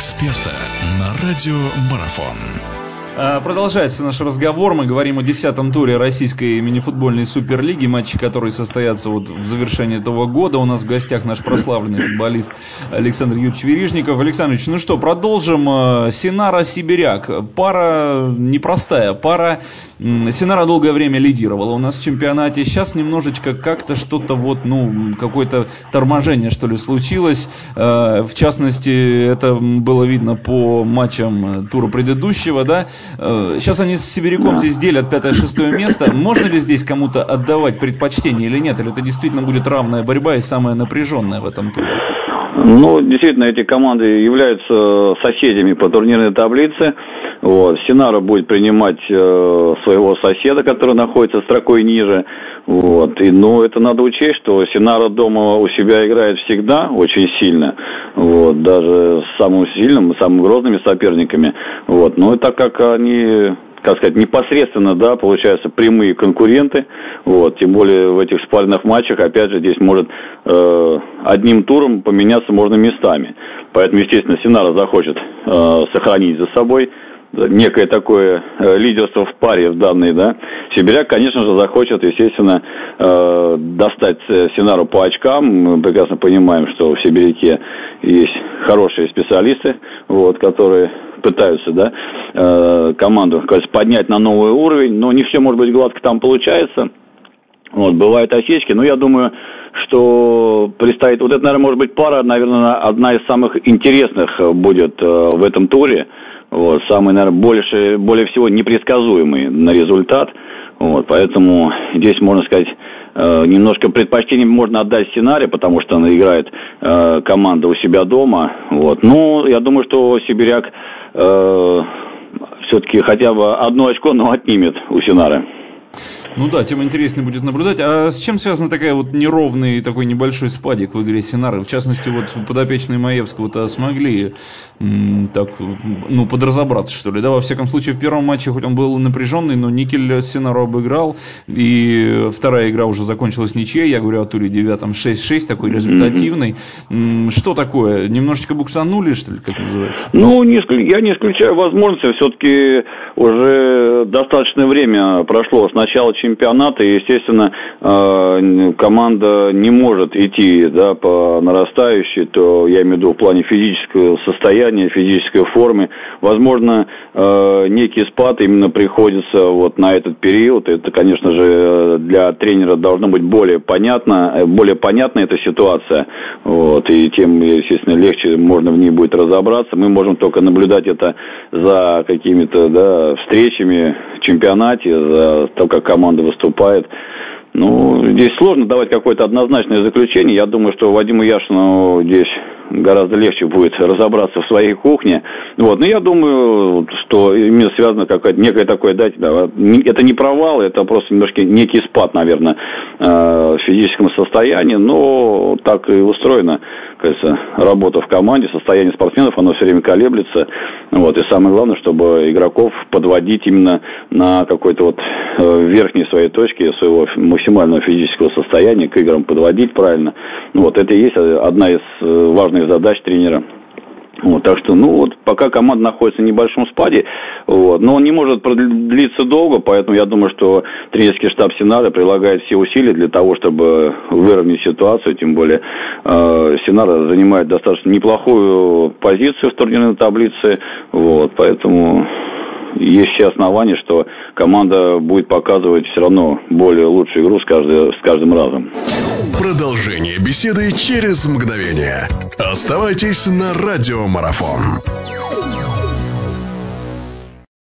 эксперта на радио Марафон. Продолжается наш разговор. Мы говорим о 10-м туре российской мини-футбольной суперлиги, матчи которые состоятся вот в завершении этого года. У нас в гостях наш прославленный футболист Александр Юрьевич Верижников. Александр Ильич, ну что, продолжим. Синара-Сибиряк. Пара непростая. Синара долгое время лидировала у нас в чемпионате. Сейчас немножечко как-то что-то какое-то торможение, что ли, случилось. В частности, это было видно по матчам тура предыдущего, да. Сейчас они с Сибиряком здесь делят 5-6 место. Можно ли здесь кому-то отдавать предпочтение или нет? Или это действительно будет равная борьба и самая напряженная в этом туре? Ну, действительно, эти команды являются соседями по турнирной таблице. Синара будет принимать своего соседа, который находится строкой ниже. Но это надо учесть, что Синара дома у себя играет всегда очень сильно. Даже с самым сильным, самыми грозными соперниками. Но так как они, непосредственно, получаются прямые конкуренты, тем более в этих спарринговых матчах, опять же, здесь может одним туром поменяться можно местами. Поэтому, естественно, Синара захочет сохранить за собой некое такое лидерство в паре в данной, Сибиряк, конечно же, захочет, естественно, достать Синару по очкам. Мы прекрасно понимаем, что в Сибиряке есть хорошие специалисты, которые пытаются, команду, поднять на новый уровень, но не все, может быть, гладко там получается. Бывают осечки, но я думаю, что предстоит, это, наверное, может быть пара, наверное, одна из самых интересных будет в этом туре. Самый, наверное, более всего непредсказуемый на результат. Поэтому здесь, можно сказать, немножко предпочтение можно отдать Синаре, потому что она играет команда у себя дома. Но я думаю, что Сибиряк все-таки хотя бы одно очко, но отнимет у Синары. Тем интереснее будет наблюдать. А с чем связан такой неровный, такой небольшой спадик в игре Синары? В частности, подопечные Маевского-то смогли подразобраться, что ли, Во всяком случае, в первом матче, хоть он был напряженный, но Никель Синару обыграл, и вторая игра уже закончилась ничьей, я говорю о туре 9-м 6-6, такой результативный. Что такое? Немножечко буксанули, что ли, как называется? Я не исключаю возможности, все-таки уже достаточное время прошло с начала чемпионата, и, естественно, команда не может идти по нарастающей, то я имею в виду в плане физического состояния, физической формы. Возможно, некий спад именно приходится на этот период. Это, конечно же, для тренера должно быть более понятна эта ситуация. И тем, естественно, легче можно в ней будет разобраться. Мы можем только наблюдать это за какими-то встречами в чемпионате, за то, как команда выступает. Здесь сложно давать какое-то однозначное заключение. Я думаю, что Вадиму Яшину здесь гораздо легче будет разобраться в своей кухне. Но я думаю, что именно связано некое такое, это не провал, это просто немножко некий спад, наверное, в физическом состоянии, но так и устроена, кажется, работа в команде, состояние спортсменов, оно все время колеблется. И самое главное, чтобы игроков подводить именно на какой-то верхней своей точке своего максимального физического состояния, к играм подводить правильно. Это и есть одна из важных задач тренера. Так что, пока команда находится в небольшом спаде, но он не может продлиться долго, поэтому я думаю, что тренерский штаб Синары прилагает все усилия для того, чтобы выровнять ситуацию, тем более Синара занимает достаточно неплохую позицию в турнирной таблице, поэтому есть все основания, что команда будет показывать все равно более лучшую игру с каждым разом. Продолжение беседы через мгновение. Оставайтесь на радио Марафон.